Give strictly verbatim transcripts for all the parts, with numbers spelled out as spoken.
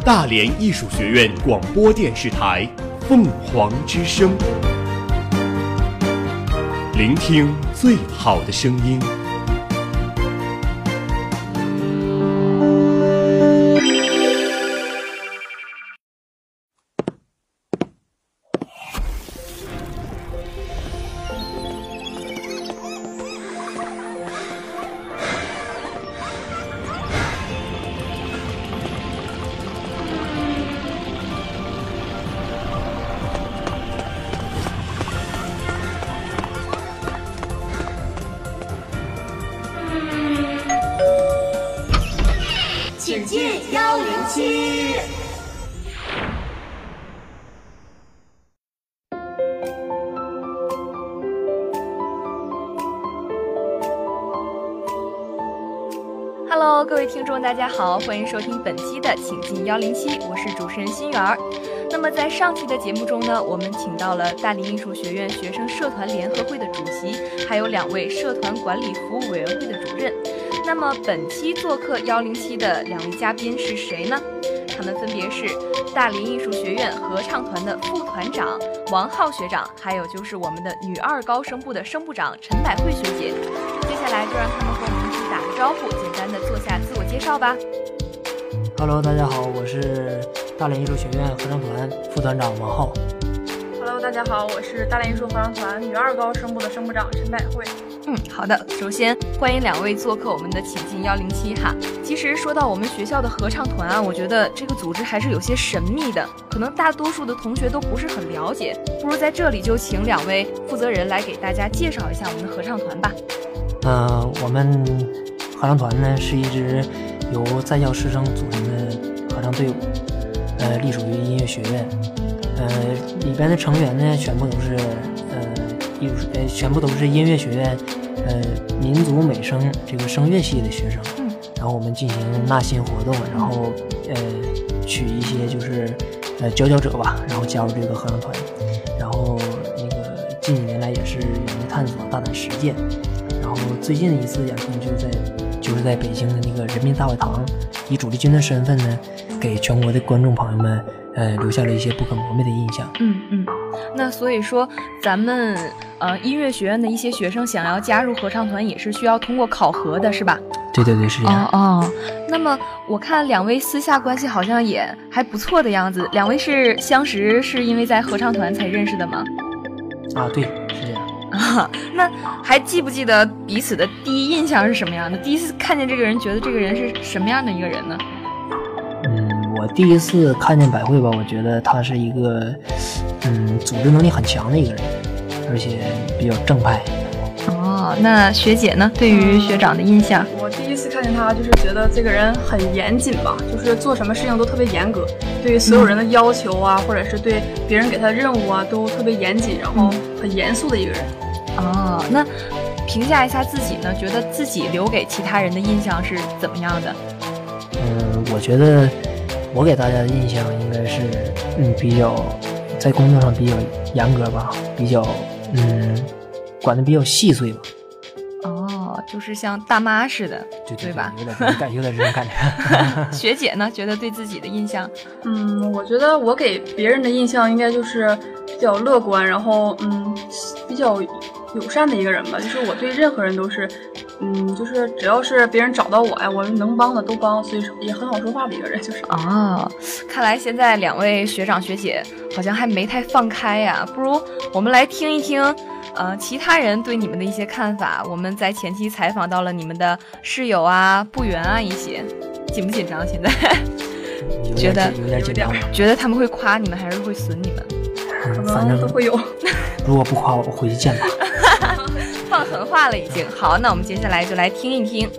大连艺术学院广播电视台凤凰之声，聆听最好的声音。 请进幺零七。 Hello， 各位听众，大家好，欢迎收听本期的请进幺零七，我是主持人心媛儿。那么在上期的节目中呢，我们请到了大连艺术学院学生社团联合会的主席，还有两位社团管理服务委员会的主任。那么本期做客幺零七的两位嘉宾是谁呢？他们分别是大连艺术学院合唱团的副团长王浩学长，还有就是我们的女二高声部的声部长陈百惠学姐。接下来就让他们和我们一起打个招呼，简单的做下自我介绍吧。 Hello， 大家好，我是大连艺术学院合唱团副团长王浩。 Hello， 大家好，我是大连艺术合唱团女二高声部的声部长陈百惠。 嗯，好的。首先欢迎两位做客我们的请进幺零七哈。其实说到我们学校的合唱团啊，我觉得这个组织还是有些神秘的，可能大多数的同学都不是很了解。不如在这里就请两位负责人来给大家介绍一下我们的合唱团吧。 呃，我们合唱团呢是一支由在校师生组成的合唱队伍，呃，隶属于音乐学院。呃，里边的成员呢全部都是呃艺术呃全部都是音乐学院呃民族美声这个声乐系的学生。嗯。然后我们进行纳新活动，然后呃取一些就是呃佼佼者吧，然后加入这个合唱团。然后那个近几年来也是勇于探索、大胆实践。然后最近的一次演出就是在就是在北京的那个人民大会堂，以主力军的身份呢，给全国的观众朋友们呃留下了一些不可磨灭的印象。 嗯嗯，那所以说咱们呃音乐学院的一些学生想要加入合唱团也是需要通过考核的，是吧？ 对对对，是这样。 哦哦，那么我看两位私下关系好像也还不错的样子，两位是相识是因为在合唱团才认识的吗？ 啊，对，是这样。 啊，那还记不记得彼此的第一印象是什么样的？第一次看见这个人，觉得这个人是什么样的一个人呢？ 嗯，我第一次看见百惠吧，我觉得他是一个嗯组织能力很强的一个人，而且比较正派。 哦，那学姐呢？对于学长的印象？ 我第一次看见他，就是觉得这个人很严谨吧，就是做什么事情都特别严格，对于所有人的要求啊，嗯、或者是对别人给他的任务啊，都特别严谨，然后很严肃的一个人。 哦，那评价一下自己呢？觉得自己留给其他人的印象是怎么样的？ 嗯，我觉得我给大家的印象应该是嗯比较在工作上比较严格吧，比较嗯管得比较细碎吧。 哦，就是像大妈似的， 对, 对, 对吧？ 有点这种感，有点这种感觉。 学姐呢，觉得对自己的印象？ 嗯，我觉得我给别人的印象应该就是比较乐观，然后嗯，比较友善的一个人吧。就是我对任何人都是，嗯，就是只要是别人找到我呀，我能帮的都帮，所以也很好说话的一个人，就是。 哦，看来现在两位学长学姐好像还没太放开呀，不如我们来听一听。呃，其他人对你们的一些看法，我们在前期采访到了你们的室友啊、部员啊一些，紧不紧张？现在觉得有点紧张， 觉得他们会夸你们还是会损你们？ 可能都会有。 如果不夸我，我回去见他。 放狠话了已经。好，那我们接下来就来听一听。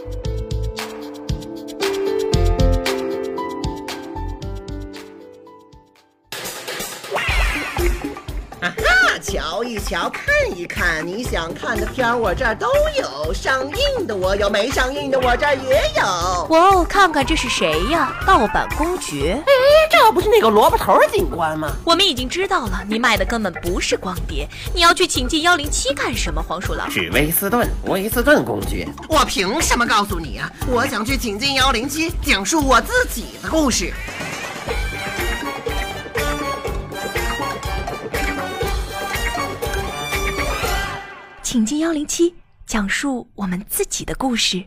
瞧一瞧，看一看，你想看的片儿我这儿都有，上映的我有，没上映的我这儿也有。 哇哦，看看这是谁呀？盗版公爵。 哎，这不是那个萝卜头警官吗？ 我们已经知道了，你卖的根本不是光碟，你要去请进幺零七干什么？黄鼠狼是威斯顿，威斯顿公爵。我凭什么告诉你啊？我想去请进幺零七，讲述我自己的故事。 请进幺零七，讲述我们自己的故事。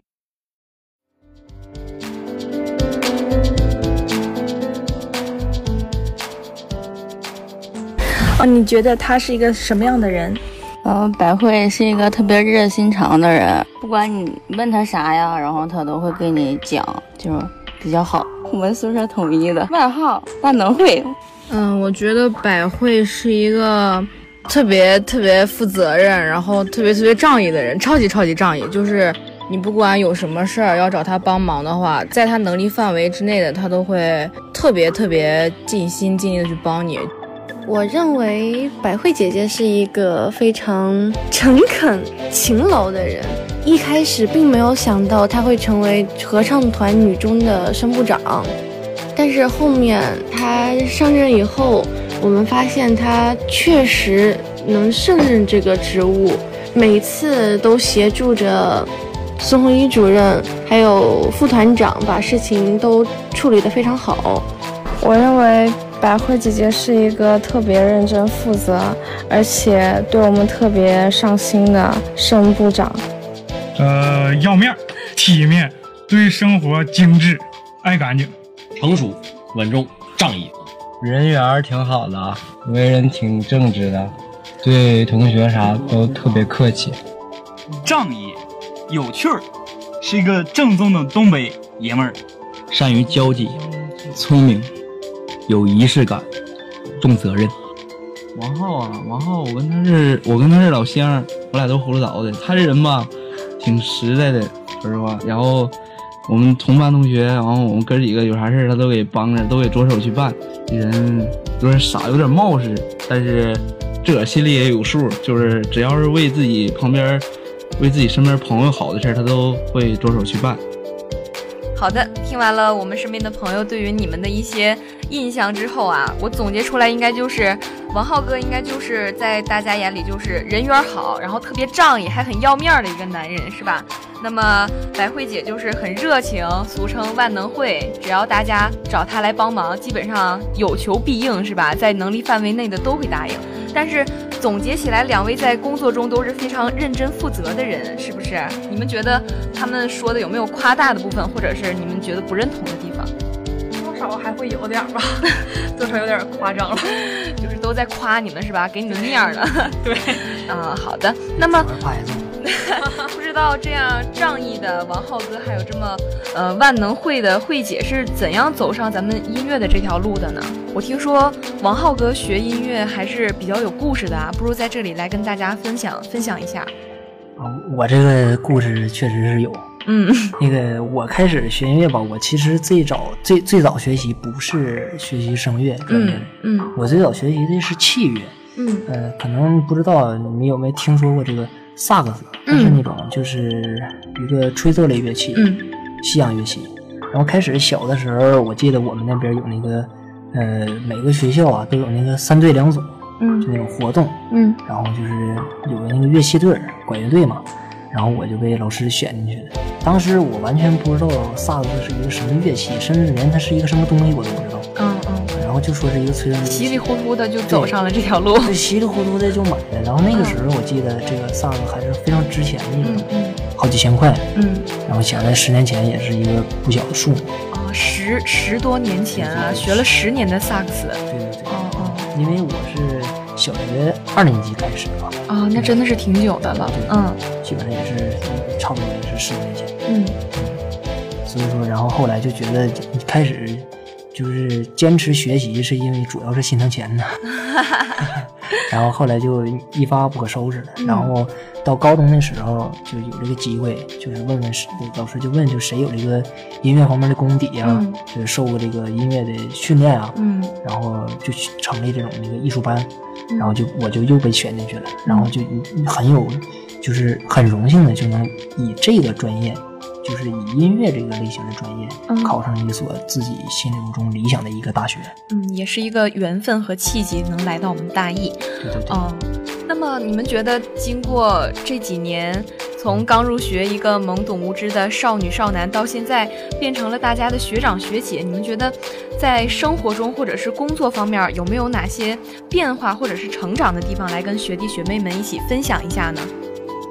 哦，你觉得他是一个什么样的人？ 呃，百惠是一个特别热心肠的人，不管你问他啥呀，然后他都会给你讲，就是比较好。我们宿舍统一的外号万能会。 嗯，我觉得百惠是一个特别特别负责任，然后特别特别仗义的人，超级超级仗义。就是你不管有什么事儿要找他帮忙的话，在他能力范围之内的，他都会特别特别尽心尽力的去帮你。 我认为百惠姐姐是一个非常诚恳、勤劳的人。一开始并没有想到她会成为合唱团女中的声部长，但是后面她上任以后，我们发现她确实能胜任这个职务，每次都协助着孙红一主任还有副团长把事情都处理得非常好。 我认为百惠姐姐是一个特别认真负责，而且对我们特别上心的声部长。 呃，要面、体面，对生活精致，爱干净， 成熟、稳重、仗义， 人缘挺好的，为人挺正直的，对同学啥都特别客气。 仗义、有趣儿，是一个正宗的东北爷们儿， 善于交际，聪明。有仪式感，重责任。王浩啊，王浩，我跟他是，我跟他是老乡，我俩都葫芦岛的。他这人吧，挺实在的，说实话。然后我们同班同学，然后我们哥几个有啥事他都给帮着，都给着手去办。这人有点傻，有点冒失，但是自个儿心里也有数，就是只要是为自己旁边、为自己身边朋友好的事他都会着手去办。 好的，听完了我们身边的朋友对于你们的一些印象之后啊，我总结出来应该就是王浩哥应该就是在大家眼里就是人缘好，然后特别仗义还很要面的一个男人，是吧？那么百惠姐就是很热情，俗称万能会，只要大家找她来帮忙，基本上有求必应，是吧？在能力范围内的都会答应。但是总结起来，两位在工作中都是非常认真负责的人，是不是？你们觉得他们说的有没有夸大的部分，或者是你们觉得不认同的地方？ 多少还会有点吧，多少有点夸张了， 就是都在夸你们是吧？给你们面儿呢。对，啊、呃，好的。那么不知道这样仗义的王浩哥，还有这么呃万能会的慧姐是怎样走上咱们音乐的这条路的呢？我听说王浩哥学音乐还是比较有故事的啊，不如在这里来跟大家分享分享一下。 啊，我这个故事确实是有。 嗯， 那个我开始学音乐吧，我其实最早最最早学习不是学习声乐专业的， 嗯，嗯我最早学习的是器乐。 嗯， 呃，可能不知道你们有没有听说过这个萨克斯，它是那种就是一个吹奏类乐器， 嗯， 西洋乐器。然后开始小的时候，我记得我们那边有那个，呃，每个学校啊都有那个三队两组， 嗯， 就那种活动， 嗯， 然后就是有个那个乐器队管乐队嘛，然后我就被老师选进去了。当时我完全不知道萨克斯是一个什么乐器，甚至连它是一个什么东西我都不知道。 嗯嗯。 然后就说是一个吹奏乐器， 稀里糊涂的就走上了这条路。 对，稀里糊涂的就买了。然后那个时候我记得这个萨克斯还是非常值钱的一种， 嗯， 好几千块。 嗯。 然后想在十年前也是一个不小的数目。 啊，十十多年前啊，学了十年的萨克斯。 对对对。 哦哦。 因为我是小学二年级开始吧。 啊，那真的是挺久的了。嗯。 基本上也是差不多也是十年前。 嗯。 所以说，然后后来就觉得开始就是坚持学习，是因为主要是心疼钱呢。然后后来就一发不可收拾了。 嗯、 然后到高中的时候就有这个机会，就是问问老师就问就谁有这个音乐方面的功底啊， 嗯、 就是受过这个音乐的训练啊， 嗯， 然后就成立这种那个艺术班，嗯、然后就我就又被选进去了，嗯、然后就很有就是很荣幸的就能以这个专业。就是以音乐这个类型的专业， 嗯、 考上一所自己心目中理想的一个大学。 嗯，也是一个缘分和契机，能来到我们大艺。 对对对。 嗯，那么你们觉得，经过这几年，从刚入学一个懵懂无知的少女少男，到现在变成了大家的学长学姐，你们觉得在生活中或者是工作方面，有没有哪些变化或者是成长的地方，来跟学弟学妹们一起分享一下呢？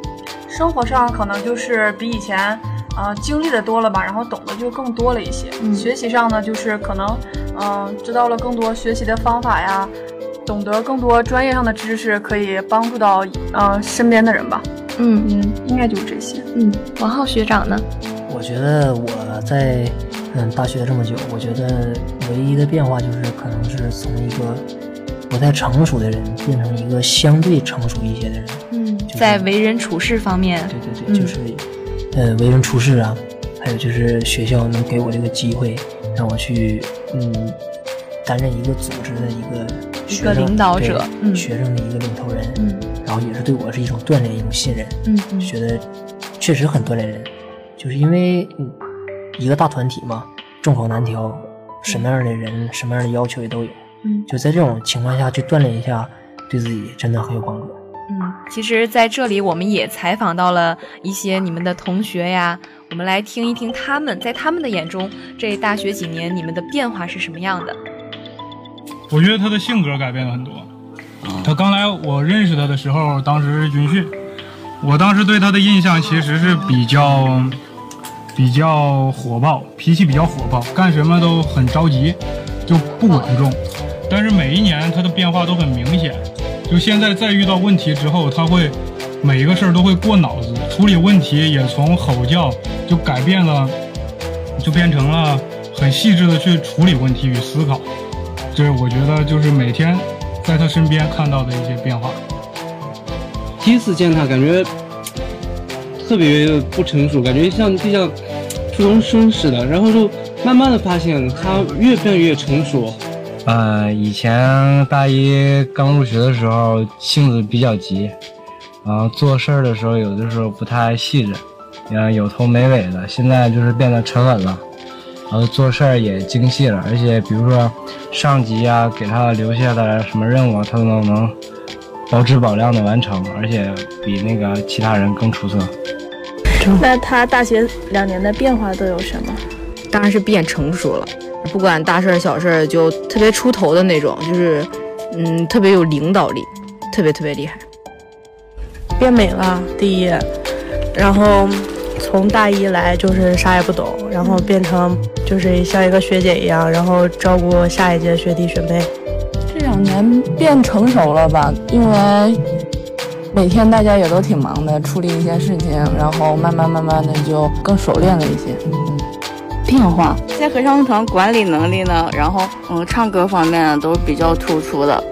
生活上可能就是比以前呃经历的多了吧，然后懂得就更多了一些。 嗯、 学习上呢，就是可能嗯、呃、知道了更多学习的方法呀，懂得更多专业上的知识，可以帮助到呃身边的人吧。 嗯嗯，应该就是这些。 嗯，王浩学长呢？ 我觉得我在嗯大学这么久，我觉得唯一的变化就是可能是从一个不太成熟的人变成一个相对成熟一些的人。 嗯， 就是、 在为人处事方面， 对对对，嗯、就是呃为人处事啊，还有就是学校能给我这个机会，让我去嗯担任一个组织的一个一个领导者， 嗯，学生的一个领头人， 嗯， 然后也是对我是一种锻炼，一种信任， 嗯，嗯觉得确实很锻炼人，就是因为嗯一个大团体嘛，众口难调，什么样的人、嗯、什么样的要求也都有， 嗯， 就在这种情况下去锻炼一下，对自己真的很有帮助。 嗯，其实在这里我们也采访到了一些你们的同学呀，我们来听一听他们在他们的眼中，这大学几年你们的变化是什么样的。 我觉得他的性格改变了很多。他刚来我认识他的时候，当时是军训，我当时对他的印象其实是比较比较火爆，脾气比较火爆，干什么都很着急，就不稳重。但是每一年他的变化都很明显，就现在再遇到问题之后，他会每一个事儿都会过脑子，处理问题也从吼叫就改变了，就变成了很细致的去处理问题与思考。这我觉得就是每天在他身边看到的一些变化。 第一次见他，感觉特别不成熟，感觉像就像初中生似的，然后就慢慢的发现他越变越成熟。 呃，以前大一刚入学的时候性子比较急，然后做事儿的时候有的时候不太细致，嗯，有头没尾的。现在就是变得沉稳了。然后做事儿也精细了，而且比如说上级啊给他留下的什么任务，他都能保质保量的完成，而且比那个其他人更出色。 那他大学两年的变化都有什么？ 当然是变成熟了，不管大事小事就特别出头的那种，就是嗯特别有领导力，特别特别厉害。 变美了，第一，然后从大一来就是啥也不懂，然后变成就是像一个学姐一样，然后照顾下一届学弟学妹。 这两年变成熟了吧，因为每天大家也都挺忙的，处理一些事情，然后慢慢慢慢的就更熟练了一些。 嗯，变化在合唱团管理能力呢，然后嗯唱歌方面呢都是比较突出的。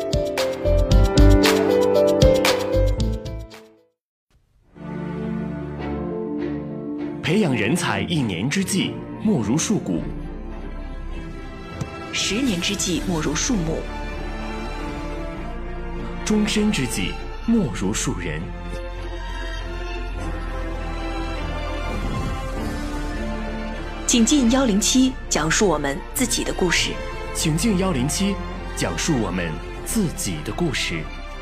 培养人才一年之计，莫如树谷； 十年之计，莫如树木； 终身之计，莫如树人。 请进幺零七，讲述我们自己的故事。 请进幺零七，讲述我们自己的故事。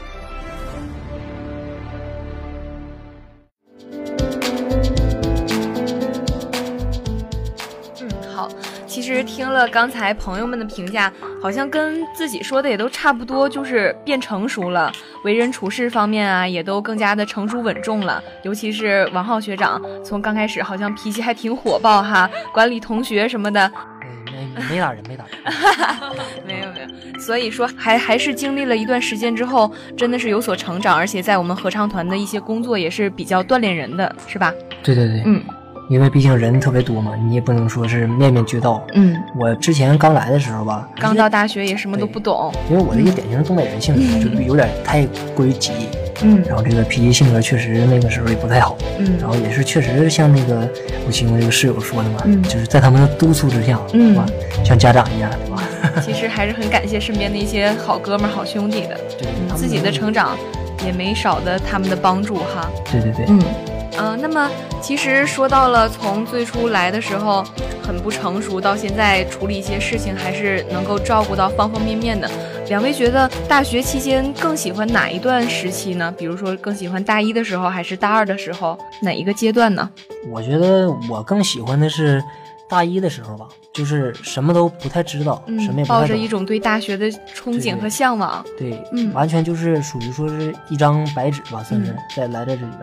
其实听了刚才朋友们的评价，好像跟自己说的也都差不多，就是变成熟了，为人处事方面啊也都更加的成熟稳重了。尤其是王浩学长，从刚开始好像脾气还挺火爆哈，管理同学什么的， 没没打人没打人没有没有，所以说还还是经历了一段时间之后，真的是有所成长，而且在我们合唱团的一些工作也是比较锻炼人的，是吧？ 对对对， 嗯。 因为毕竟人特别多嘛，你也不能说是面面俱到。 嗯， 我之前刚来的时候吧， 刚到大学也什么都不懂， 因为我这个典型的东北人性格，嗯、就有点太过于急。 嗯， 然后这个脾气性格确实那个时候也不太好。 嗯， 然后也是确实像那个我听我这个室友说的嘛， 嗯、 就是在他们的督促之下， 嗯， 像家长一样，对吧？ 其实还是很感谢身边的一些好哥们儿、好兄弟的， 对， 嗯、自己的成长也没少的他们的帮助哈。 对对对， 嗯。嗯、呃，那么其实说到了从最初来的时候很不成熟，到现在处理一些事情还是能够照顾到方方面面的。两位觉得大学期间更喜欢哪一段时期呢？比如说更喜欢大一的时候还是大二的时候，哪一个阶段呢？ 我觉得我更喜欢的是大一的时候吧，就是什么都不太知道， 嗯、 什么也不太懂， 抱着一种对大学的憧憬和向往。 对， 嗯， 完全就是属于说是一张白纸吧，算是、 嗯、 在来在这里边。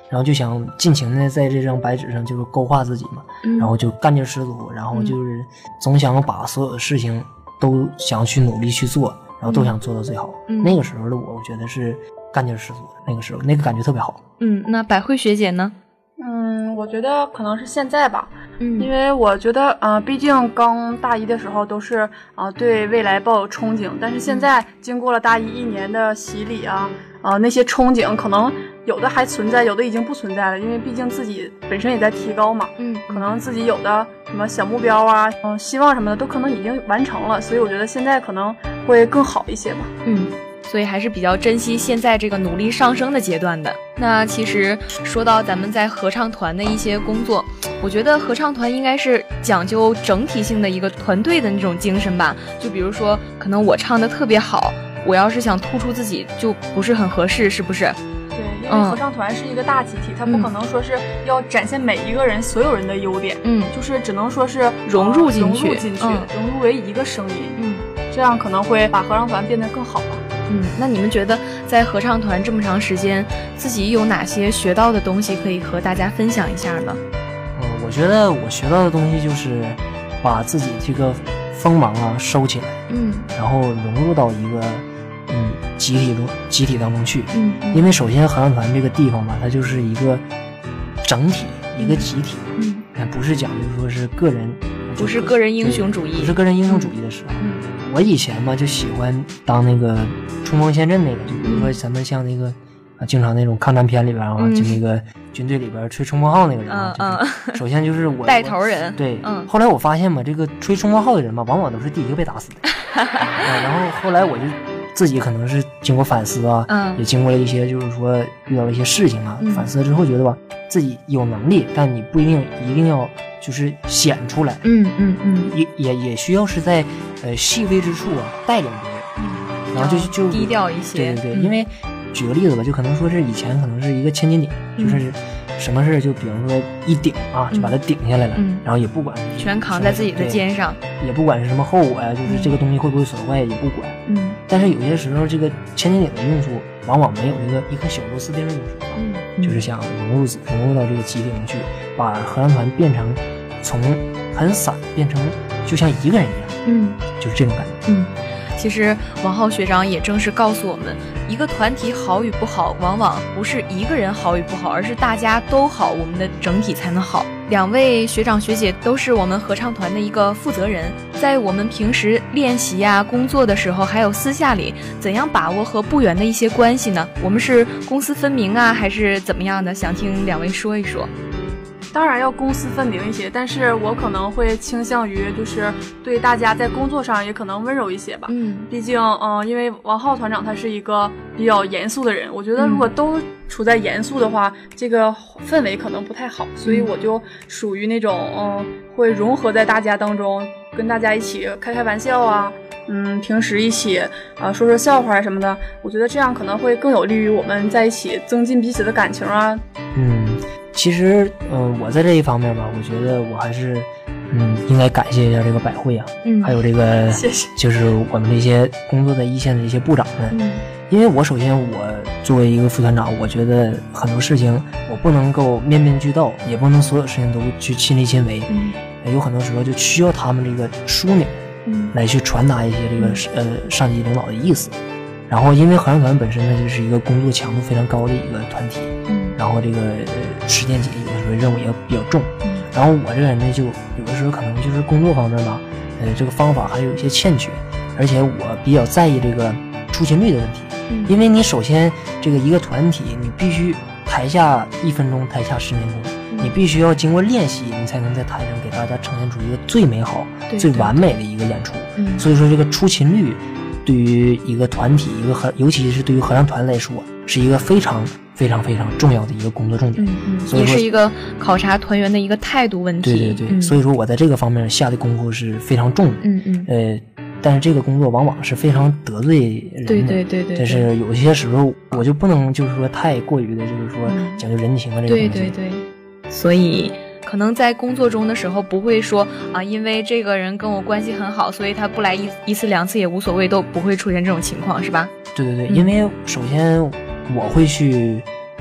然后就想尽情的在这张白纸上就是勾画自己嘛， 嗯、 然后就干劲十足，然后就是总想把所有的事情都想去努力去做，然后都想做到最好。 嗯、 那个时候的我，我觉得是干劲十足的，那个时候那个感觉特别好。 嗯，那百惠学姐呢？ 嗯，我觉得可能是现在吧， 嗯， 因为我觉得，呃，毕竟刚大一的时候都是啊、呃、对未来抱有憧憬，但是现在经过了大一一年的洗礼啊，呃，那些憧憬可能有的还存在，有的已经不存在了，因为毕竟自己本身也在提高嘛， 嗯， 可能自己有的什么小目标啊，嗯、呃，希望什么的都可能已经完成了，所以我觉得现在可能会更好一些吧， 嗯。所以还是比较珍惜现在这个努力上升的阶段的。那其实说到咱们在合唱团的一些工作，我觉得合唱团应该是讲究整体性的一个团队的那种精神吧。就比如说，可能我唱的特别好，我要是想突出自己，就不是很合适，是不是？ 对，因为合唱团是一个大集体，它、嗯、不可能说是要展现每一个人所有人的优点， 嗯， 就是只能说是融入进去， 融入进去， 嗯、 融入为一个声音， 嗯， 这样可能会把合唱团变得更好吧。 嗯，那你们觉得在合唱团这么长时间，自己有哪些学到的东西可以和大家分享一下呢？ 嗯，我觉得我学到的东西就是把自己这个锋芒啊收起来， 嗯， 然后融入到一个嗯集体中集体当中去， 嗯，嗯因为首先合唱团这个地方吧，它就是一个整体，一个集体， 嗯， 不是讲究说是个人， 不是个人英雄主义， 不是个人英雄主义的时候， 嗯。 我以前嘛就喜欢当那个冲锋陷阵那个，就比如说咱们像那个啊，经常那种抗战片里边啊， 嗯、 就那个军队里边吹冲锋号那个人啊， 嗯就是首先就是我带头人， 对， 嗯。 后来我发现嘛，这个吹冲锋号的人嘛，往往都是第一个被打死的。啊，然后后来我就自己可能是经过反思啊， 嗯， 也经过了一些就是说遇到了一些事情啊， 嗯、 反思了之后觉得吧，自己有能力，但你不一定一定要就是显出来， 嗯嗯嗯， 也也也需要是在呃细微之处啊带领别人， 嗯， 然后就就低调一些， 对对对， 嗯、 因为举个例子吧，就可能说是以前可能是一个千斤顶， 嗯、 就是什么事就比方说一顶啊，就把它顶下来了， 嗯、 然后也不管全扛在自己的肩上， 也不管是什么后果呀、啊，就是这个东西会不会损坏也不管， 嗯， 但是有些时候这个千斤顶的用处往往没有那个一颗小螺丝钉用处， 嗯， 就是想融入融入到这个集体中去，把合唱团变成从很散变成就像一个人一样， 嗯， 就是这种感觉， 嗯。其实王浩学长也正是告诉我们，一个团体好与不好，往往不是一个人好与不好，而是大家都好，我们的整体才能好。两位学长学姐都是我们合唱团的一个负责人，在我们平时练习啊、工作的时候，还有私下里，怎样把握和部员的一些关系呢？我们是公私分明啊，还是怎么样的？想听两位说一说。 当然要公私分明一些，但是我可能会倾向于就是对大家在工作上也可能温柔一些吧。 嗯， 毕竟嗯、呃，因为王浩团长他是一个比较严肃的人，我觉得如果都处在严肃的话，嗯、这个氛围可能不太好，所以我就属于那种嗯会融合在大家当中，跟大家一起开开玩笑啊。嗯，平时一起啊、呃、说说笑话什么的，我觉得这样可能会更有利于我们在一起增进彼此的感情啊。 嗯，其实嗯、呃，我在这一方面吧，我觉得我还是嗯应该感谢一下这个百惠啊， 嗯， 还有这个谢谢， 就是我们这些工作在一线的一些部长们， 嗯， 因为我首先我作为一个副团长，我觉得很多事情我不能够面面俱到，也不能所有事情都去亲力亲为， 嗯， 有很多时候就需要他们这个枢纽。 嗯， 来去传达一些这个呃上级领导的意思，然后因为合唱团本身呢就是一个工作强度非常高的一个团体， 嗯， 然后这个、呃、时间紧，有的时候任务也比较重， 嗯， 然后我这个人呢就有的时候可能就是工作方面吧，呃这个方法还有一些欠缺，而且我比较在意这个出勤率的问题， 嗯， 因为你首先这个一个团体你必须台下一分钟，台下十年功。你必须要经过练习，你才能在台上给大家呈现出一个最美好、最完美的一个演出。 嗯， 所以说这个出勤率对于一个团体、一个合，尤其是对于合唱团来说，是一个非常非常非常重要的一个工作重点。 嗯嗯， 所以说也是一个考察团员的一个态度问题。 对对对， 嗯、 所以说我在这个方面下的功夫是非常重的。 嗯嗯， 呃。但是这个工作往往是非常得罪人的， 对对对对。 但是有些时候我就不能就是说太过于的，就是说讲究人情的这个东西。 对对对。所以可能在工作中的时候不会说啊，因为这个人跟我关系很好，所以他不来一一次两次也无所谓，都不会出现这种情况，是吧？ 对对对， 嗯、 因为首先我会去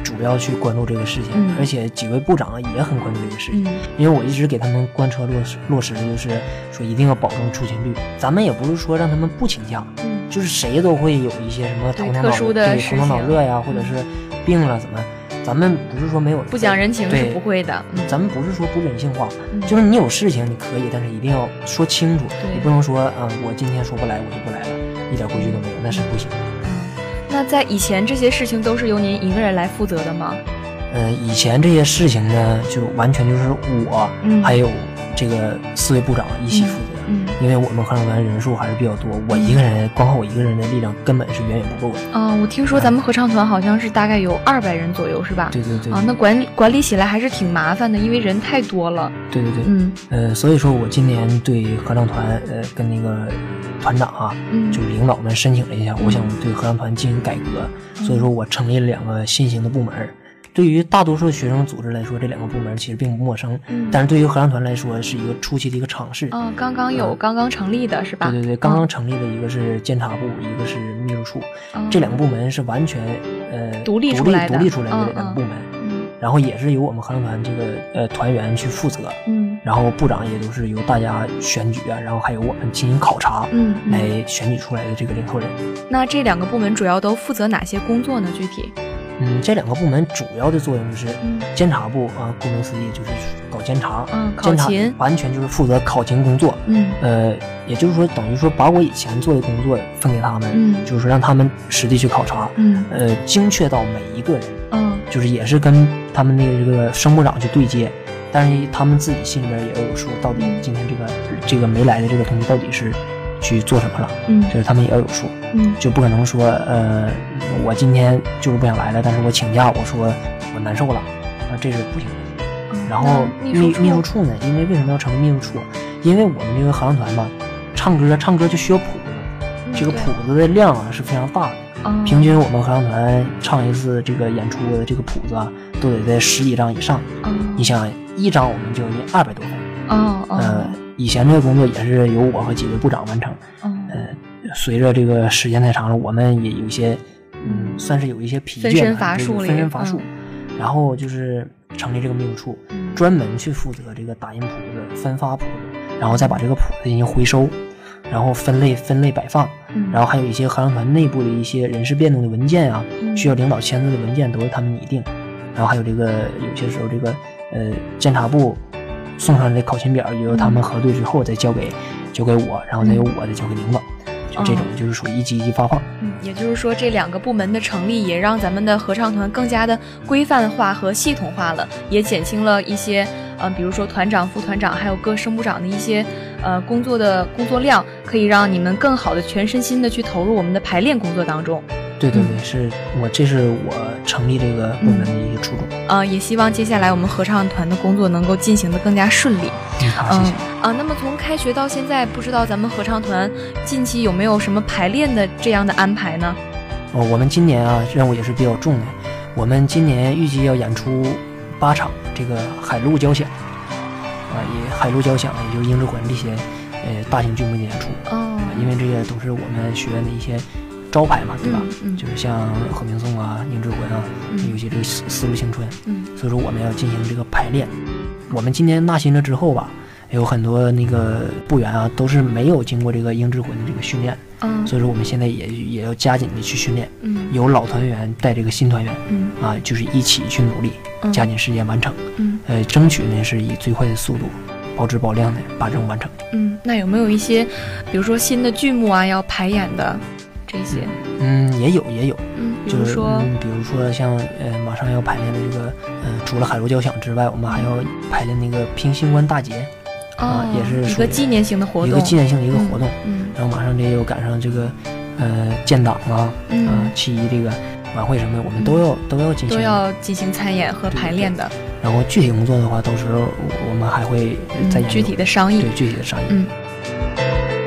主要去关注这个事情， 嗯、 而且几位部长也很关注这个事情， 嗯、 因为我一直给他们贯彻落实落实的就是说一定要保证出勤率。咱们也不是说让他们不请假， 嗯、 就是谁都会有一些什么头疼脑热、对头疼脑热呀，或者是病了怎么。咱们不是说没有不讲人情是不会的， 嗯、咱们不是说不人性化，嗯、就是你有事情你可以，但是一定要说清楚，你不能说啊、呃，我今天说不来我就不来了，一点规矩都没有，那是不行。 嗯，那在以前这些事情都是由您一个人来负责的吗？ 呃，以前这些事情呢，就完全就是我、嗯、还有这个四位部长一起负责。 嗯， 因为我们合唱团人数还是比较多，我一个人光靠我一个人的力量根本是远远不够的。 啊、呃，我听说咱们合唱团好像是大概有二百人左右，是吧？ 对对对。 啊，那管管理起来还是挺麻烦的，因为人太多了。 对对对。 嗯。 呃，所以说我今年对合唱团呃跟那个团长啊， 嗯， 就是领导们申请了一下，嗯、我想对合唱团进行改革，嗯、所以说我成立了两个新型的部门。对于大多数学生组织来说，这两个部门其实并不陌生， 嗯， 但是对于合唱团来说是一个初期的一个尝试。 哦，刚刚有、嗯、刚刚成立的是吧？ 对对对，刚刚成立的一个是监察部，嗯、一个是秘书处，哦，这两个部门是完全呃独立出来的独立出来的两个部门。 嗯， 然后也是由我们合唱团这个呃团员去负责， 嗯， 然后部长也都是由大家选举啊，然后还有我们进行考察， 嗯， 来选举出来的这个领头人。 那这两个部门主要都负责哪些工作呢？具体？ 嗯，这两个部门主要的作用就是监察部啊，顾名思义就是搞监察， 嗯，考勤完全就是负责考勤工作， 嗯， 呃，也就是说等于说把我以前做的工作分给他们， 嗯， 就是说让他们实地去考察， 嗯， 呃，精确到每一个人， 嗯， 就是也是跟他们那个这个生部长去对接，但是他们自己心里边也有数，到底今天这个这个没来的这个同学到底是去做什么了， 嗯， 就是他们也要有数， 嗯， 就不可能说呃我今天就是不想来了，但是我请假，我说我难受了，啊，这是不行的。 嗯、 然后秘秘书处呢，因为为什么要成立秘书处？因为我们这个合唱团嘛，唱歌唱歌就需要谱子， 嗯、 这个谱子的量啊是非常大的， 嗯、 平均我们合唱团唱一次这个演出的这个谱子啊，都得在十几张以上。 嗯、 你想一张我们就得二百多分。 哦哦。 呃，以前这个工作也是由我和几位部长完成。 嗯、 呃，随着这个时间太长了，我们也有一些。嗯，算是有一些疲倦， 分身乏术了， 分身乏术。 嗯、 然后就是成立这个秘书处， 嗯、 专门去负责这个打印谱子、分发谱子，然后再把这个谱子进行回收，然后分类、分类摆放。 嗯、 然后还有一些合唱团内部的一些人事变动的文件啊， 嗯、 需要领导签字的文件都是他们拟定。然后还有这个有些时候这个呃监察部送上来的考勤表，由他们核对之后再交给交给我，然后再由我再交给领导。就这种就是属于一级一级发放。 嗯，也就是说这两个部门的成立也让咱们的合唱团更加的规范化和系统化了，也减轻了一些呃比如说团长、副团长还有各声部长的一些呃工作的工作量，可以让你们更好的全身心的去投入我们的排练工作当中。 对对对，嗯、是我这是我成立这个部门的一些初衷。 啊、嗯呃，也希望接下来我们合唱团的工作能够进行的更加顺利。 嗯，好，谢谢。 啊、呃，那么从开学到现在，不知道咱们合唱团近期有没有什么排练的这样的安排呢？ 哦，我们今年啊任务也是比较重的，我们今年预计要演出八场这个海陆交响，啊，也海陆交响也就是英之魂这些呃大型剧目的演出。 哦， 因为这些都是我们学院的一些招牌嘛，对吧？ 嗯嗯、 就是像和平颂啊、英之魂啊， 嗯、 尤其这个丝路青春， 嗯， 所以说我们要进行这个排练。我们今年纳新了之后吧，有很多那个部员啊，都是没有经过这个英之魂的这个训练， 嗯， 所以说我们现在也也要加紧的去训练， 嗯， 有老团员带这个新团员， 嗯， 啊，就是一起去努力， 嗯、 加紧时间完成， 嗯， 呃，争取呢是以最快的速度，保质保量的把任务完成。 嗯，那有没有一些，比如说新的剧目啊要排演的这些？ 嗯，也有也有， 嗯，比如说， 就是嗯、比如说像呃马上要排练的这个，呃，除了海陆交响之外，我们还要排练那个平星关大捷。 哦、 啊，也是一个纪念性的活动， 一个纪念性的一个活动。 嗯，嗯然后马上这又赶上这个，呃，建党啊， 嗯、 啊，七一这个晚会什么的，我们都要、嗯、都要进行都要进行参演和排练的。 然后具体工作的话，到时候我们还会再、 嗯、具体的商议， 对具体的商议。 嗯。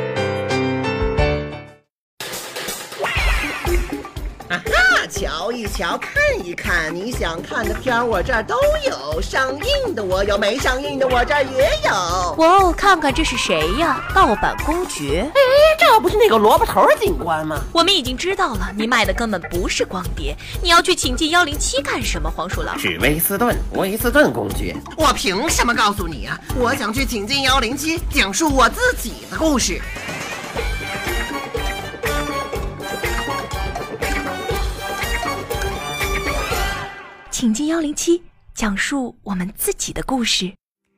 啊哈！瞧一瞧。 瞧看一看，你想看的片儿我这儿都有，上映的我有，没上映的我这儿也有。 哇哦，看看这是谁呀？盗版公爵。 哎，这不是那个萝卜头警官吗？ 我们已经知道了，你卖的根本不是光碟，你要去请进幺零七干什么？黄鼠狼是威斯顿，威斯顿公爵。我凭什么告诉你啊？我想去请进幺零七，讲述我自己的故事。 请进幺零七，讲述我们自己的故事。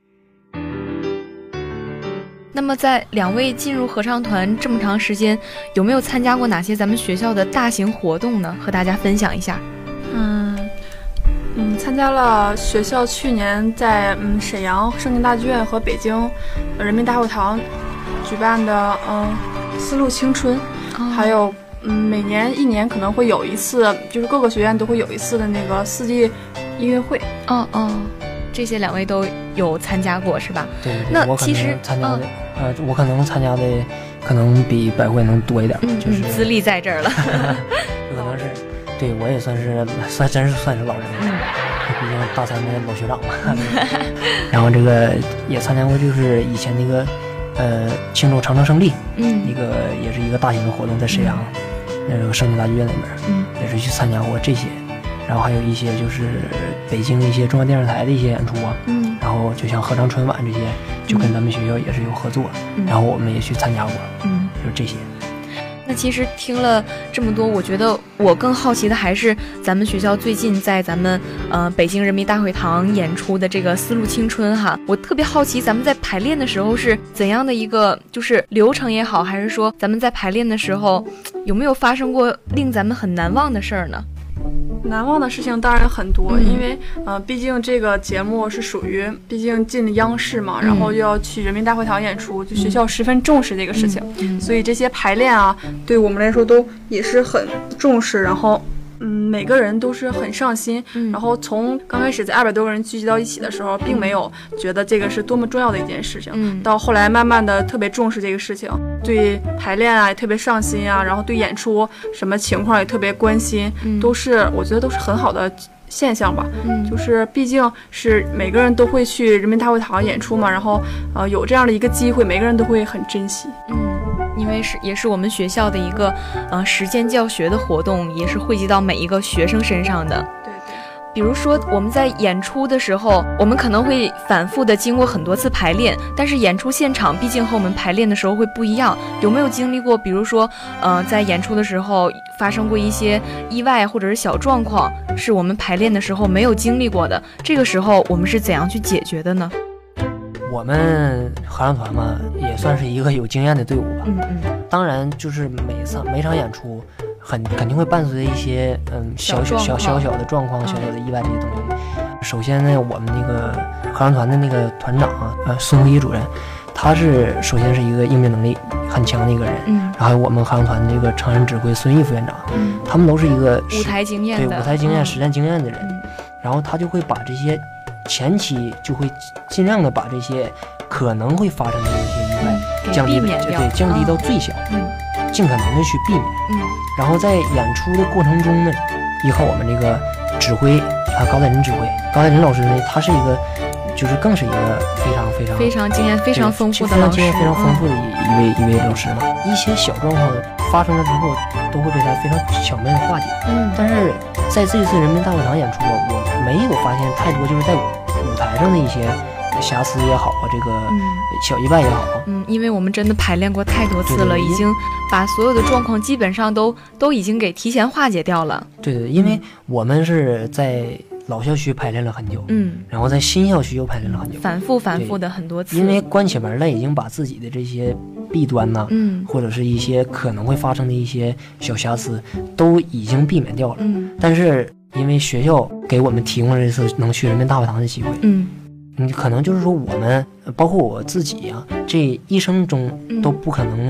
那么在两位进入合唱团这么长时间，有没有参加过哪些咱们学校的大型活动呢？和大家分享一下。 嗯嗯，参加了学校去年在嗯沈阳盛宁大剧院和北京人民大会堂举办的嗯丝路青春，哦、还有嗯每年一年可能会有一次，就是各个学院都会有一次的那个四季音乐会。 哦哦，这些两位都有参加过是吧？ 对对对， 那我可其实能参加的、 嗯、 呃，我可能参加的可能比百惠能多一点， 嗯、 就是资历在这儿了， 有可能是。对，我也算是算真是算是老人了，嗯、毕竟大三的老学长嘛。然后这个也参加过，就是以前那个呃庆祝长城胜利， 嗯， 那个也是一个大型的活动，在沈阳那个盛宁大剧院里面， 嗯， 也是去参加过这些。然后还有一些就是北京一些中央电视台的一些演出啊， 嗯， 然后就像合唱春晚这些，就跟咱们学校也是有合作， 嗯、 然后我们也去参加过， 嗯， 就是这些。 那其实听了这么多，我觉得我更好奇的还是咱们学校最近在咱们呃北京人民大会堂演出的这个丝路青春哈，我特别好奇咱们在排练的时候是怎样的一个就是流程也好，还是说咱们在排练的时候有没有发生过令咱们很难忘的事儿呢？ 难忘的事情当然很多， 嗯、 因为呃，毕竟这个节目是属于，毕竟进了央视嘛， 嗯、 然后又要去人民大会堂演出，就学校十分重视这个事情， 嗯嗯、 所以这些排练啊，对我们来说都也是很重视，然后。嗯，每个人都是很上心， 嗯、 然后从刚开始在二百多个人聚集到一起的时候，并没有觉得这个是多么重要的一件事情， 嗯、 到后来慢慢的特别重视这个事情，对排练啊也特别上心啊，然后对演出什么情况也特别关心， 嗯、 都是我觉得都是很好的现象吧， 嗯、 就是毕竟是每个人都会去人民大会堂演出嘛，然后呃有这样的一个机会，每个人都会很珍惜。 嗯。因为是也是我们学校的一个呃实践教学的活动，也是汇集到每一个学生身上的。 对对。 比如说我们在演出的时候，我们可能会反复的经过很多次排练，但是演出现场毕竟和我们排练的时候会不一样。有没有经历过，比如说呃在演出的时候发生过一些意外或者是小状况，是我们排练的时候没有经历过的？这个时候我们是怎样去解决的呢？ 我们合唱团嘛，也算是一个有经验的队伍吧。 嗯嗯。 当然，就是每场每场演出，很肯定会伴随着一些嗯小小小小小的状况、小小的意外这些东西。首先呢，我们那个合唱团的那个团长啊，呃，孙红一主任，他是首先是一个应变能力很强的一个人。 嗯。 然后还有我们合唱团的这个常任指挥孙毅副院长， 嗯， 他们都是一个舞台经验的， 对舞台经验、 嗯、 实战经验的人。 嗯、 然后他就会把这些。前期就会尽量的把这些可能会发生的一些意外、 嗯、 降低， 对， 降低到最小， 嗯， 尽可能的去避免， 嗯， 然后在演出的过程中呢，依靠我们这个指挥啊高代林指挥，高代林老师呢，他是一个，就是更是一个非常非常非常经验非常丰富的老师， 老师， 非常经验非常丰富的一、嗯、一位一位老师嘛。一些小状况发生了之后，都会被他非常巧妙的化解。 嗯， 但是在这一次人民大会堂演出啊，我没有发现太多就是在舞台上的一些瑕疵也好啊，这个小意外也好， 嗯，因为我们真的排练过太多次了，已经把所有的状况基本上都都已经给提前化解掉了。 对对，因为我们是在老校区排练了很久， 嗯， 然后在新校区又排练了很久， 反复反复的很多次。 因为关起门来已经把自己的这些弊端呐、啊， 嗯， 或者是一些可能会发生的一些小瑕疵，都已经避免掉了。 嗯， 但是因为学校给我们提供了这次能去人民大会堂的机会， 嗯， 你可能就是说我们，包括我自己啊，这一生中都不可能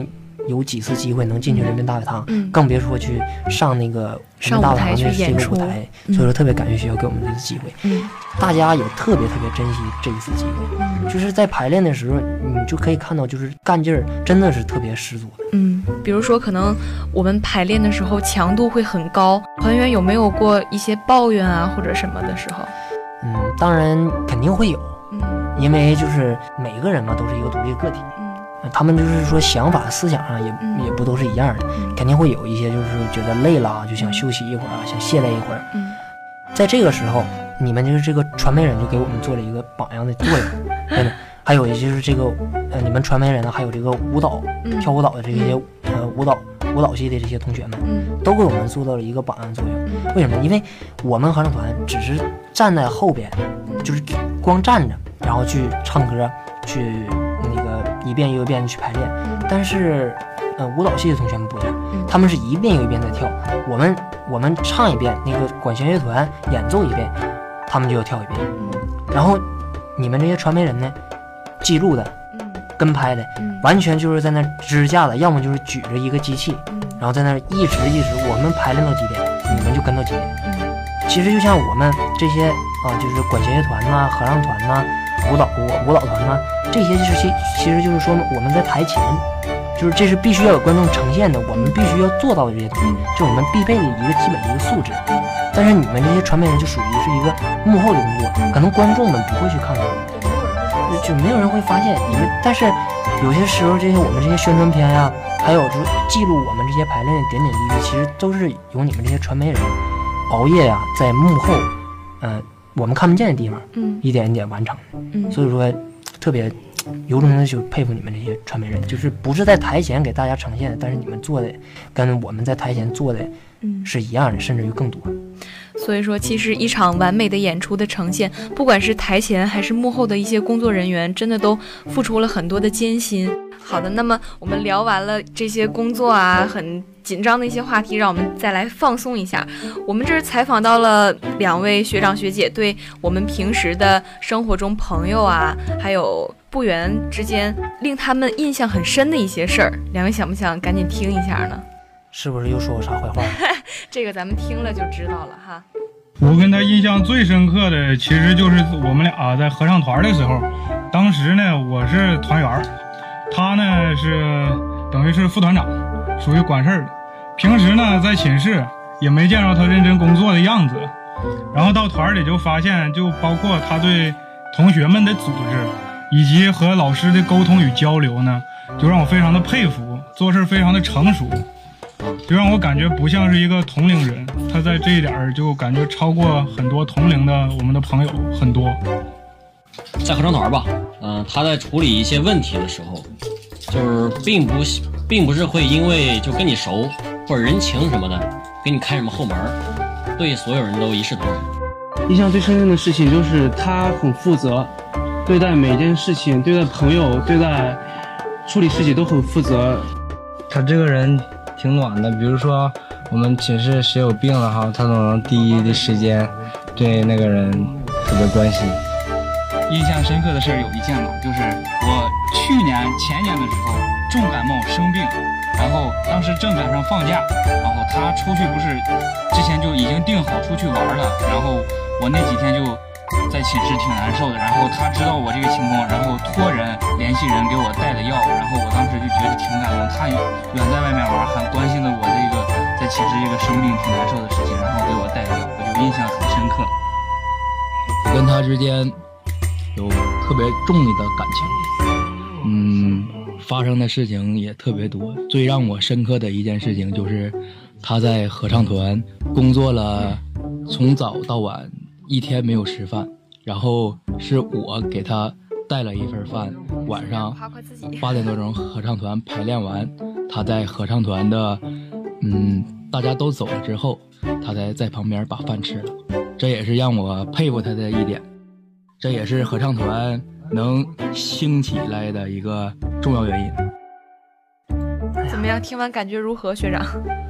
有几次机会能进去人民大会堂， 嗯、 更别说去上那个人民大会堂的这个舞台。 嗯、 所以说特别感谢学校给我们这次机会。 嗯， 大家也特别特别珍惜这一次机会。嗯，就是在排练的时候，你就可以看到，就是干劲儿真的是特别十足的。 嗯，比如说可能我们排练的时候强度会很高，团员有没有过一些抱怨啊或者什么的时候？ 嗯，当然肯定会有。 嗯， 因为就是每个人嘛都是一个独立个体。嗯，他们就是说想法思想上也、嗯、也不都是一样的， 嗯、 肯定会有一些就是觉得累了就想休息一会儿啊，想懈怠一会儿。 嗯， 在这个时候，你们就是这个传媒人就给我们做了一个榜样的作用。真的，还有就是这个呃，你们传媒人呢，还有这个舞蹈、 嗯、 跳舞蹈的这些呃舞蹈舞蹈系的这些同学们， 嗯， 都给我们做到了一个榜样作用。嗯、为什么？因为我们合唱团只是站在后边，就是光站着，然后去唱歌，去那个一遍又一遍的去排练。但是，呃，舞蹈系的同学们不一样，他们是一遍又一遍的跳。我们我们唱一遍，那个管弦乐团演奏一遍，他们就要跳一遍。然后你们这些传媒人呢，记录的、跟拍的，完全就是在那支架的，要么就是举着一个机器，然后在那一直一直，我们排练到几点，你们就跟到几点。其实就像我们这些啊，就是管弦乐团呐、合唱团呐、舞蹈舞舞蹈团呐，这些就是其其实就是说我们在台前，就是这是必须要有观众呈现的，我们必须要做到的这些东西，是我们必备的一个基本的一个素质。但是你们这些传媒人就属于是一个幕后的工作，可能观众们不会去看到，就没有人会发现你们。但是有些时候，这些我们这些宣传片呀、啊，还有就是记录我们这些排练的点点滴滴，其实都是由你们这些传媒人熬夜呀、啊，在幕后，呃，我们看不见的地方， 嗯， 一点一点完成的。 嗯， 所以说特别由衷的就佩服你们这些传媒人，就是不是在台前给大家呈现的，但是你们做的跟我们在台前做的是一样的，甚至于更多。 所以说，其实一场完美的演出的呈现，不管是台前还是幕后的一些工作人员，真的都付出了很多的艰辛。好的，那么我们聊完了这些工作啊，很紧张的一些话题，让我们再来放松一下。我们这儿采访到了两位学长学姐，对我们平时的生活中朋友啊，还有部员之间令他们印象很深的一些事儿，两位想不想赶紧听一下呢？ 是不是又说我啥坏话？ 这个咱们听了就知道了哈。 我跟他印象最深刻的，其实就是我们俩在合唱团的时候，当时呢我是团员，他呢是等于是副团长，属于管事儿的。平时呢在寝室也没见着他认真工作的样子，然后到团里就发现，就包括他对同学们的组织以及和老师的沟通与交流呢，就让我非常的佩服，做事非常的成熟，就让我感觉不像是一个同龄人，他在这一点就感觉超过很多同龄的我们的朋友很多。 在合唱团吧，嗯、呃，他在处理一些问题的时候，就是并不并不是会因为就跟你熟或者人情什么的，给你开什么后门，对所有人都一视同仁。 印象最深刻的事情就是他很负责，对待每件事情，对待朋友，对待处理事情都很负责。 他这个人挺暖的，比如说我们寝室谁有病了哈，他总能第一的时间对那个人特别关心。 印象深刻的事儿有一件吧，就是我去年前年的时候重感冒生病，然后当时正赶上放假，然后他出去不是之前就已经定好出去玩了，然后我那几天就在寝室挺难受的，然后他知道我这个情况，然后托人联系人给我带的药，然后我当时就觉得挺感动，他远在外面玩还关心了我这个在寝室这个生病挺难受的事情，然后给我带的药，我就印象很深刻。 我跟他之间有特别重的感情，嗯，发生的事情也特别多。最让我深刻的一件事情就是他在合唱团工作了从早到晚一天没有吃饭，然后是我给他带了一份饭，晚上八点多钟合唱团排练完，他在合唱团的嗯大家都走了之后，他才在旁边把饭吃了，这也是让我佩服他的一点，这也是合唱团能兴起来的一个重要原因。 怎么样？听完感觉如何，学长？ 我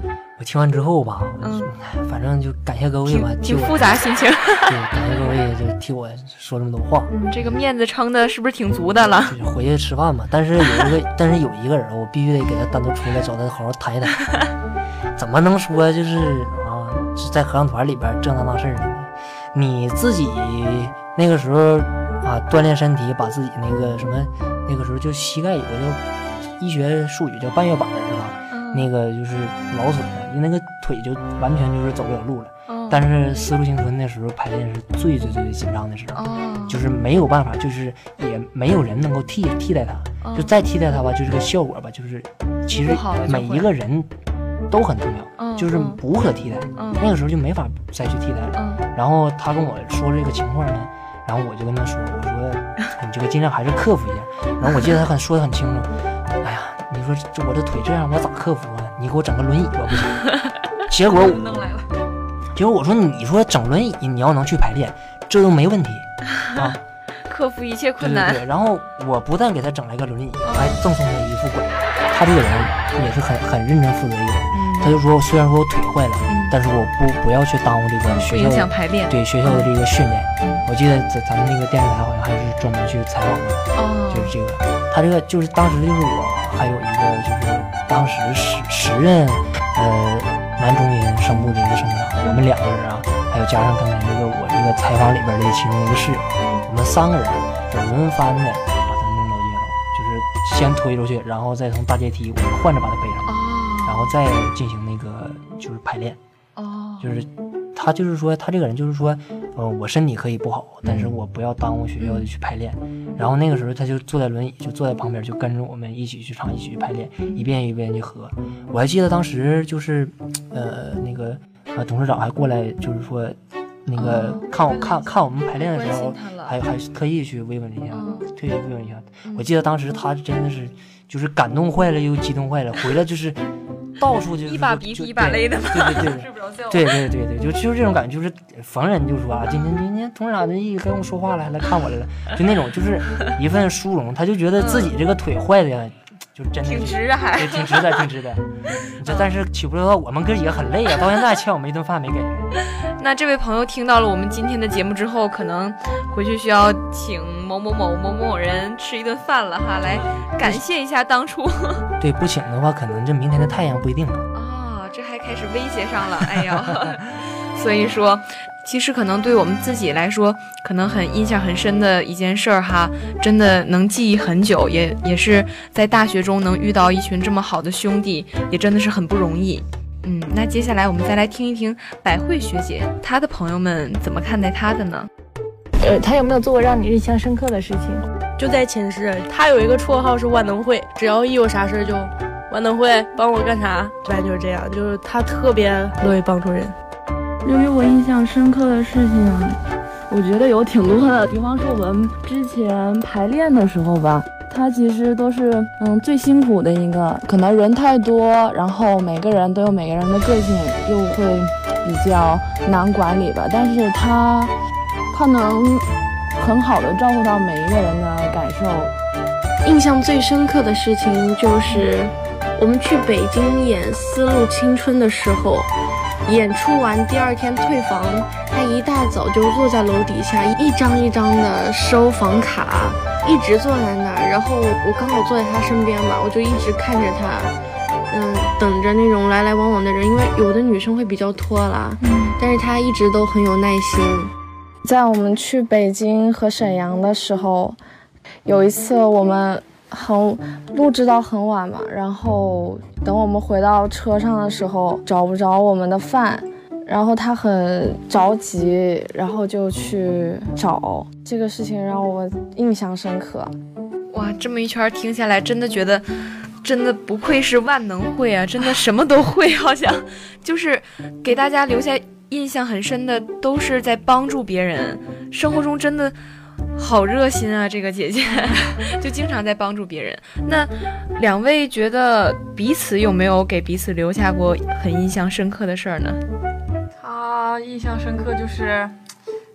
我听完之后吧，嗯，反正就感谢各位吧， 挺复杂心情。 对，感谢各位就替我说这么多话。 嗯，这个面子撑的是不是挺足的了？ 就是回去吃饭嘛，但是有一个，但是有一个人，我必须得给他单独出来，找他好好谈一谈。怎么能说就是啊，在合唱团里边正当当事儿呢？你自己那个时候啊，锻炼身体，把自己那个什么，那个时候就膝盖有个叫医学术语叫半月板是吧？嗯、那个就是劳损了，那个腿就完全就是走不了路了。嗯、但是丝路青春那时候排练是最最最紧张的时候，哦、就是没有办法，就是也没有人能够替替代他，嗯、就再替代他吧，就这个效果吧，就是其实每一个人都很重要，嗯、就是无可替代。嗯、那个时候就没法再去替代了。嗯、然后他跟我说这个情况呢。然后我就跟他说，我说你这个尽量还是克服一下。然后我记得他很说的很清楚，哎呀，你说这我这腿这样，我咋克服啊？你给我整个轮椅吧，不行。结果我弄来了。结果我说，你说整轮椅，你要能去排练，这都没问题啊， 克服一切困难。 对对对。然后我不但给他整来个轮椅，还赠送他一副拐。他这个人也是很很认真负责一个人。他就说，虽然说我腿坏了，嗯、但是我不不要去耽误这个学校影响排练， 对学校的这个训练。嗯、我记得在咱们那个电视台好像还是专门去采访的，哦、就是这个。他这个就是当时就是我还有一个就是当时时时任呃男中音声部的一个声长，我们两个人啊，还有加上刚才这个我这个采访里边的其中一个室友，我们三个人就轮番的把他弄到一楼，就是先推出去，然后再从大阶梯我们换着把他背上。哦然后再进行那个就是排练，哦，就是他就是说他这个人就是说，呃，我身体可以不好，但是我不要耽误学校的去排练。然后那个时候他就坐在轮椅，就坐在旁边，就跟着我们一起去唱，一起去排练，一遍一遍去合。我还记得当时就是，呃，那个呃董事长还过来，就是说那个看我看看我们排练的时候，还还特意去慰问一下，特意慰问一下。我记得当时他真的是就是感动坏了又激动坏了，回来就是。到处就是一把鼻涕一把泪的嘛， 对对对，睡不着觉。对对对对，就就是这种感觉，就是逢人就说啊，今天今天董事长这一跟我说话了，还来看我来了，就那种就是一份殊荣，他就觉得自己这个腿坏的呀，就真的挺值啊，还挺值的，挺值的。这但是岂不知道我们哥几个很累啊，到现在欠我们一顿饭没给。 那这位朋友听到了我们今天的节目之后，可能回去需要请某某某某某人吃一顿饭了哈，来感谢一下当初。 对，不请的话，可能这明天的太阳不一定了。 啊，这还开始威胁上了，哎呀，所以说，其实可能对我们自己来说，可能很印象很深的一件事儿哈，真的能记忆很久，也也是在大学中能遇到一群这么好的兄弟，也真的是很不容易。嗯，那接下来我们再来听一听百惠学姐她的朋友们怎么看待她的呢？ 呃，她有没有做过让你印象深刻的事情？就在寝室，她有一个绰号是万能会，只要一有啥事就万能会帮我干啥，一般就是这样，就是她特别乐意帮助人。 对于我印象深刻的事情啊，我觉得有挺多的，比方说我们之前排练的时候吧，他其实都是嗯最辛苦的一个，可能人太多，然后每个人都有每个人的个性，又会比较难管理吧。但是他他能很好的照顾到每一个人的感受。 印象最深刻的事情就是我们去北京演《丝路青春》的时候，演出完第二天退房，他一大早就坐在楼底下，一张一张的收房卡，一直坐在那儿。然后我刚好坐在他身边嘛，我就一直看着他，嗯，等着那种来来往往的人，因为有的女生会比较拖拉，嗯，但是他一直都很有耐心。 在我们去北京和沈阳的时候，有一次我们很录制到很晚嘛，然后等我们回到车上的时候找不着我们的饭，然后他很着急，然后就去找，这个事情让我印象深刻。 哇，这么一圈听下来，真的觉得真的不愧是万能会啊，真的什么都会，好像就是给大家留下印象很深的都是在帮助别人，生活中真的好热心啊，这个姐姐就经常在帮助别人。那两位觉得彼此有没有给彼此留下过很印象深刻的事儿呢？ 他印象深刻就是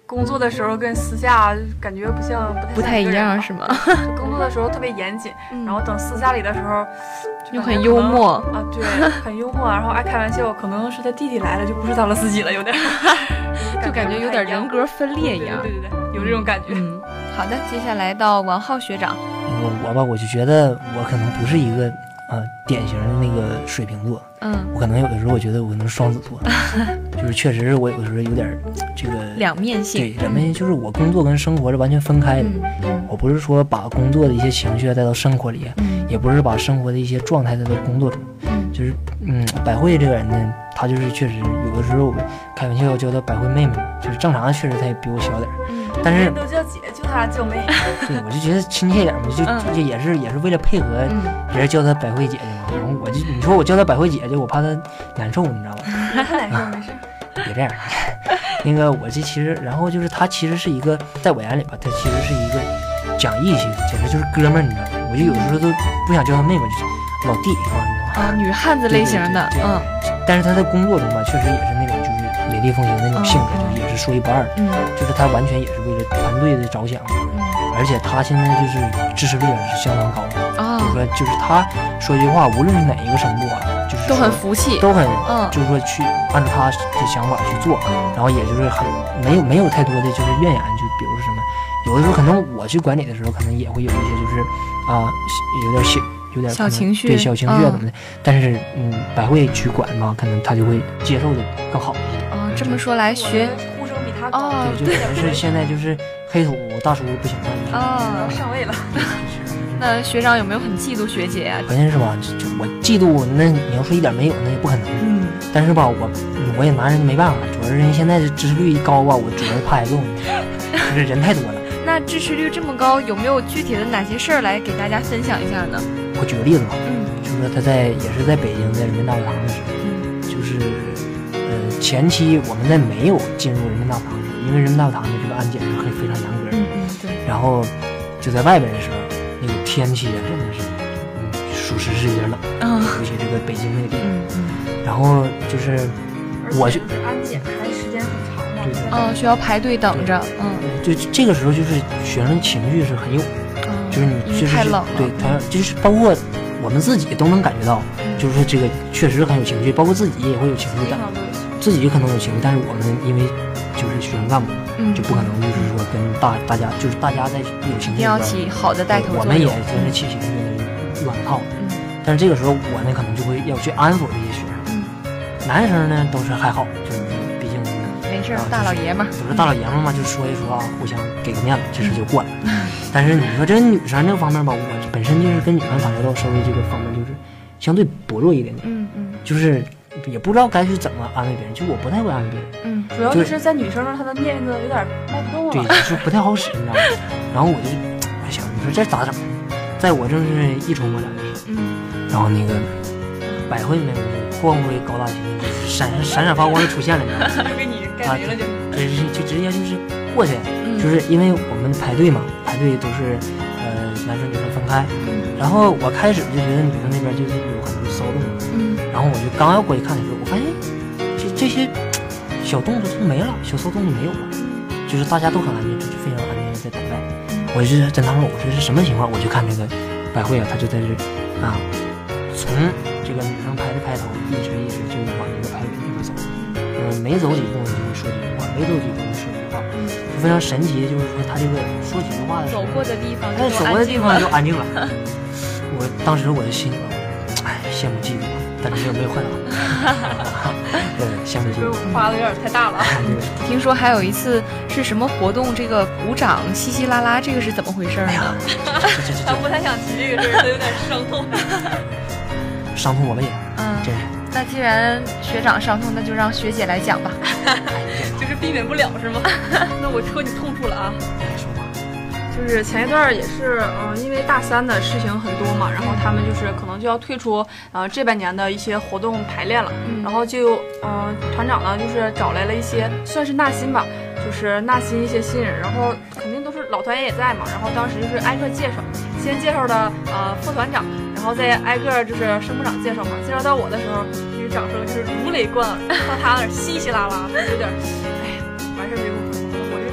工作的时候跟私下感觉不像不太一样是吗？ 工作的时候特别严谨，然后等私下里的时候又很幽默啊，对，很幽默，然后爱开玩笑，可能是他弟弟来了就不是他了自己了，有点， 就感觉有点人格分裂一样， 对对对对，有这种感觉。 嗯，好的，接下来到王浩学长。 我我吧，我就觉得我可能不是一个啊、呃、典型的那个水瓶座， 嗯， 我可能有的时候我觉得我可能是双子座，就是确实我有的时候有点这个两面性， 对，两面性就是我工作跟生活是完全分开的， 嗯、 我不是说把工作的一些情绪带到生活里， 嗯、 也不是把生活的一些状态带到工作中， 嗯， 就是嗯，百惠这个人呢，他就是确实有的时候我开玩笑叫他百惠妹妹嘛，就是正常确实他也比我小点， 嗯， 但是都叫姐，就他叫妹， 对，我就觉得亲切点嘛，就、嗯、就也是也是为了配合人叫他百惠姐姐嘛，然后我就你说我叫他百惠姐姐，我怕他难受，你知道吧？ 他难受没事， 别这样。那个我这其实，然后就是他其实是一个，在我眼里吧，他其实是一个讲义气，简直就是哥们儿，你知道吗？我就有的时候都不想叫他妹妹，就是老弟啊， 啊，女汉子类型的， 对对对对嗯。 但是他在工作中吧，确实也是那种就是雷厉风行的那种性格，嗯、就是也是说一不二， 嗯， 就是他完全也是为了团队的着想， 嗯， 而且他现在就是支持率是相当高的， 啊、 哦，就是说就是他说一句话，无论是哪一个声部啊，就是都很服气， 都很， 嗯， 就是说去按照他的想法去做， 嗯， 然后也就是很没有没有太多的就是怨言，就比如说什么，有的时候可能我去管理的时候，可能也会有一些就是啊、呃、有点小。有点小情绪， 对小情绪怎么的，嗯、但是嗯，百惠去管嘛，可能他就会接受的更好一些。 哦，这么说来，学呼声比他高， 哦， 对，就可能是现在就是黑土大叔不行了， 哦， 上位了。 那学长有没有很嫉妒学姐啊？ 关键是吧，就就我嫉妒，那你要说一点没有，那也不可能。 嗯。 但是吧，我我也拿人家没办法，主要是人现在的支持率高吧，我主要是怕挨揍，就是人太多了。 那支持率这么高，有没有具体的哪些事儿来给大家分享一下呢？ 我举个例子吧， 嗯， 就是说他在也是在北京，在人民大会堂的时候， 嗯， 就是呃前期我们在没有进入人民大会堂的时候，因为人民大会堂的这个安检是很非常严格的， 嗯嗯对， 然后就在外边的时候，那个天气啊真的是，嗯，属实是有点冷， 啊、嗯， 尤其这个北京那个地方， 嗯嗯， 然后就是我就安检还时间很长嘛， 对对， 哦，需要排队等着，嗯， 对，就这个时候就是学生情绪是很有。就是你就是太冷了， 对，他就是包括我们自己都能感觉到， 嗯、 就是说这个确实很有情绪，包括自己也会有情绪的，自己可能有情绪，但是我们因为就是学生干部， 嗯， 就不可能就是说跟大大家就是大家在有情绪， 一定要起好的带头作用， 我们也就是起情绪的软套， 嗯， 但是这个时候我呢可能就会要去安抚这些学生， 嗯， 男生呢都是还好，就是毕竟没事，大老爷们儿， 都是大老爷们儿嘛，就说一说啊，互相给个面子，这事就过了。但是你说这个女生这个方面吧，我本身就是跟女生打交道，稍微这个方面就是相对薄弱一点点， 嗯嗯， 就是也不知道该去怎么安慰别人，就我不太会安慰别人， 嗯， 主要就是在女生那她的面子有点迈不动了， 对，就是不太好使，你知道吗？然后我就我想，你说这咋整？在我正是一筹莫展的时候， 嗯， 然后那个百惠妹妹就晃回高大清，闪闪闪发光就出现了，你知道吗？ 给你干没了就， 对，就直接就是过去，就是因为我们排队嘛。排队都是，呃，男生女生分开， 嗯， 然后我开始就觉得女生那边就是有很多骚动， 嗯， 然后我就刚要过去看的时候，我发现这这些小动作都没了，小骚动就没有了，就是大家都很安静，就非常安静的在等待。我就是在纳闷，我说是什么情况？我就看这个百惠啊，她就在这啊，从这个女生排的开头，一直一直就往那个排尾那边走，嗯，没走几步就会说几句话，没走几步就说几句话。非常神奇的就是说，他这个说几句话的时候， 走过的地方， 他走过的地方就安静了。我当时我的心里边，哎，羡慕嫉妒，但是又没有换到。对，羡慕嫉妒。 花的有点太大了。 听说还有一次是什么活动，这个鼓掌稀稀拉拉，这个是怎么回事呢？ 他不太想提这个事儿，他有点伤痛。 伤痛我们也， 嗯， 真是。 那既然学长伤痛，那就让学姐来讲吧。 就是避免不了是吗？那我戳你痛处了啊！就是前一段也是，嗯、呃，因为大三的事情很多嘛，然后他们就是可能就要退出，呃，这半年的一些活动排练了， 嗯、 然后就，呃，团长呢就是找来了一些算是纳新吧，就是纳新一些新人，然后肯定都是老团员也在嘛，然后当时就是挨个介绍，先介绍的呃副团长，然后再挨个就是生部长介绍嘛，介绍到我的时候，那个掌声就是如雷贯耳，到他那儿稀稀拉拉的，有点，哎，完事儿别给我。我这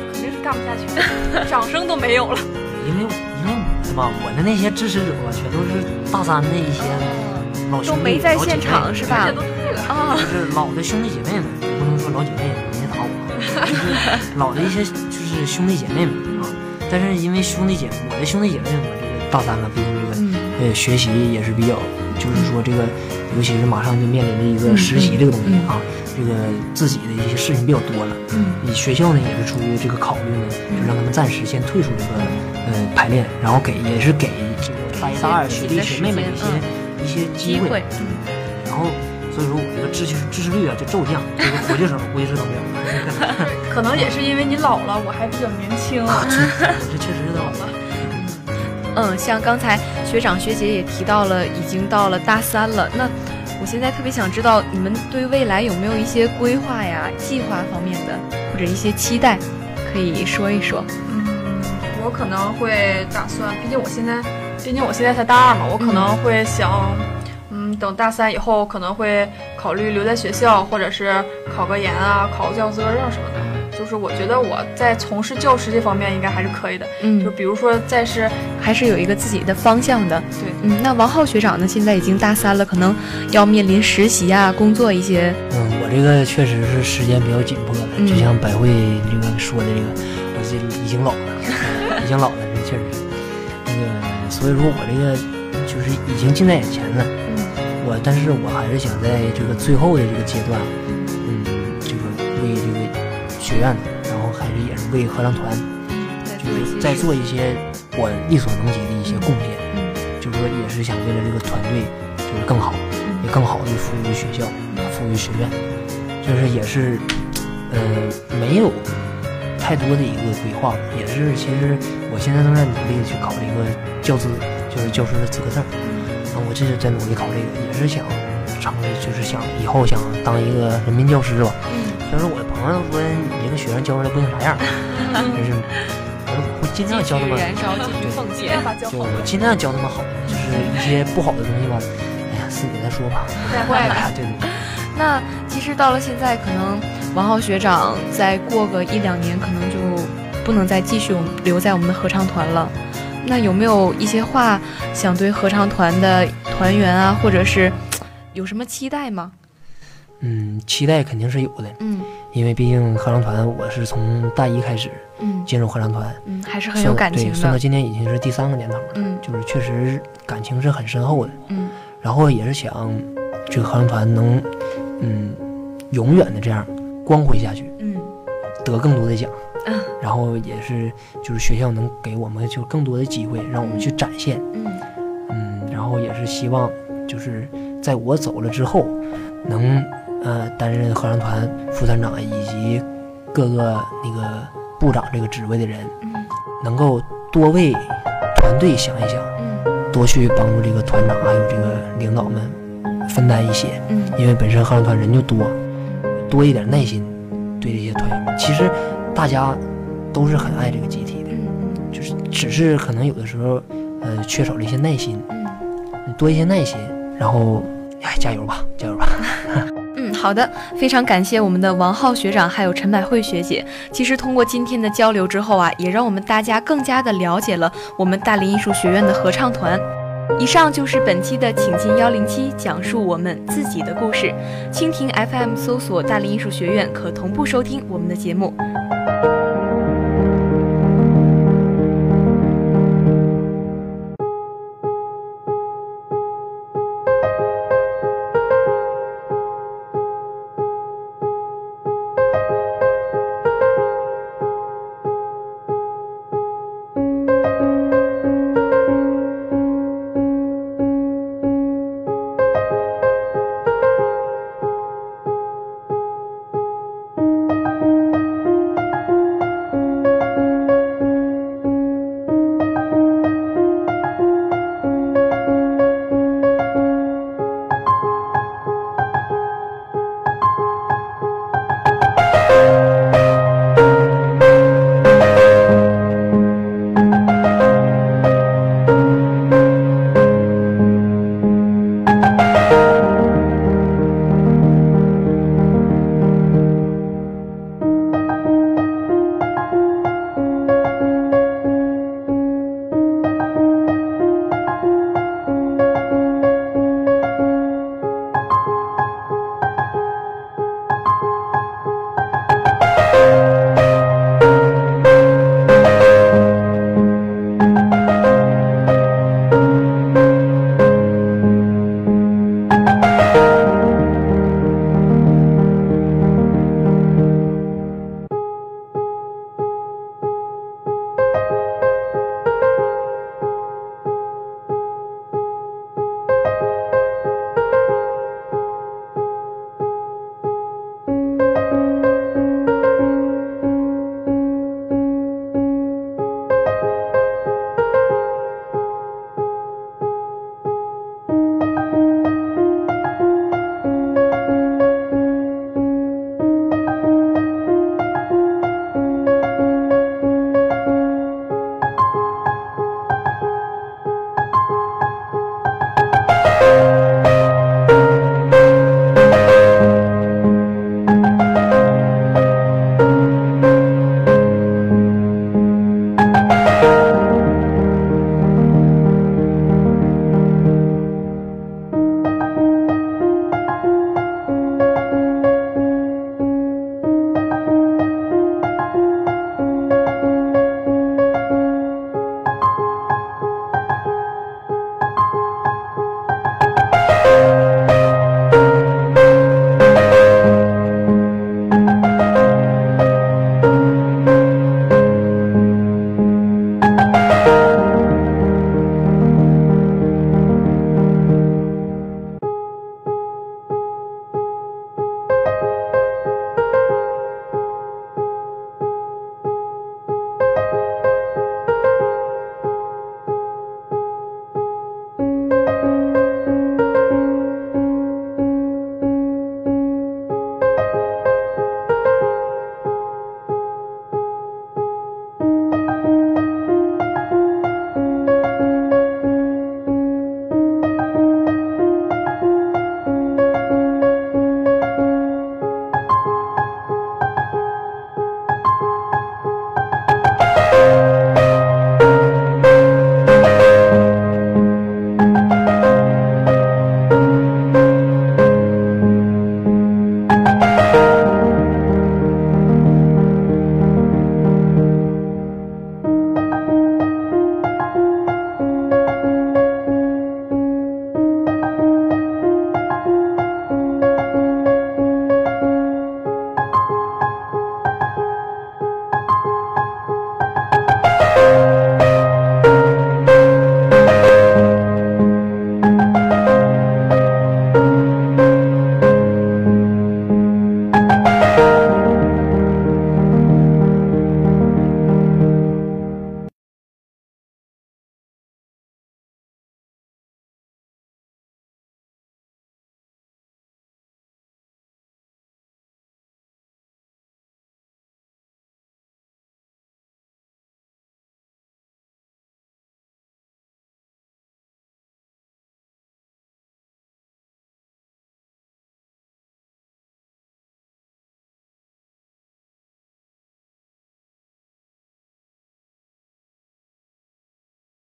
干不下去，掌声都没有了。 因为因为我嘛，我的那些支持者吧，全都是大三的一些老兄弟， 都没在现场是吧？ 啊，就是老的兄弟姐妹们，不能说老姐妹，人家打我，就是老的一些就是兄弟姐妹们啊。但是因为兄弟姐我的兄弟姐妹们嘛，这个大三了，毕竟这个、嗯、呃学习也是比较，就是说这个，尤其是马上就面临着一个实习这个东西啊，嗯嗯、这个自己的一些事情比较多了。嗯，你学校呢也是出于这个考虑呢，就让他们暂时先退出这个呃排练，然后给也是给这个大一大二学弟学妹们一些、嗯、一些机会。嗯，然后所以说我这个支持支持率啊就骤降，这个回去时候回去是等不了。 可能也是因为你老了，我还比较年轻。 啊，这这确实是老了。 嗯，像刚才学长学姐也提到了，已经到了大三了。那我现在特别想知道，你们对未来有没有一些规划呀、计划方面的，或者一些期待，可以说一说。 嗯，我可能会打算，毕竟我现在，毕竟我现在才大二嘛，我可能会想，嗯，嗯等大三以后可能会考虑留在学校，或者是考个研啊，考个教资格证什么的。就是我觉得我在从事教师这方面应该还是可以的，嗯，就比如说再是还是有一个自己的方向的， 对， 嗯，那王浩学长呢，现在已经大三了，可能要面临实习啊、工作一些， 嗯，我这个确实是时间比较紧迫的，嗯、就像百惠这个说的这个，我这已经老了，已经老了，这确实是，那个，所以说我这个就是已经近在眼前了，嗯，我但是我还是想在这个最后的这个阶段，嗯，这个为这个。学院，然后还是也是为合唱团，就是在做一些我力所能及的一些贡献，嗯，就是说也是想为了这个团队就是更好，嗯、也更好的服务于学校，服务于学院，就是也是呃没有太多的一个规划，也是其实我现在正在努力的去考这个教资，就是教师的资格证，然后我这是在努力考这个，也是想成为就是想以后想当一个人民教师吧。嗯，虽然说我的朋友都说你这个学生教出来不定啥样，但是我会尽量教他们， 燃烧继续奉献， 就我尽量教他们好，就是一些不好的东西吧，哎呀，私底下再说吧， 太坏了。 对对。 那其实到了现在，可能王浩学长再过个一两年，可能就不能再继续留在我们的合唱团了。那有没有一些话想对合唱团的团员啊，或者是有什么期待吗？ 嗯，期待肯定是有的。嗯，因为毕竟合唱团我是从大一开始，嗯，进入合唱团， 嗯，还是很有感情的。 对，算到今年已经是第三个年头了，嗯，就是确实感情是很深厚的。嗯，然后也是想这个合唱团能，嗯，永远的这样光辉下去，嗯，得更多的奖，嗯，然后也是就是学校能给我们就更多的机会，让我们去展现，嗯嗯，然后也是希望就是在我走了之后，能。呃，担任合唱团副团长以及各个那个部长这个职位的人，嗯，能够多为团队想一想，嗯，多去帮助这个团长还有这个领导们分担一些，嗯，因为本身合唱团人就多，多一点耐心对这些团员们。其实大家都是很爱这个集体的，嗯，就是只是可能有的时候，呃，缺少了一些耐心，嗯，多一些耐心，然后，哎，加油吧，加油吧。 嗯，好的，非常感谢我们的王浩学长还有陈百惠学姐。其实通过今天的交流之后啊，也让我们大家更加的了解了我们大连艺术学院的合唱团。以上就是本期的请进一零七，讲述我们自己的故事。蜻蜓 F M 搜索大连艺术学院可同步收听我们的节目。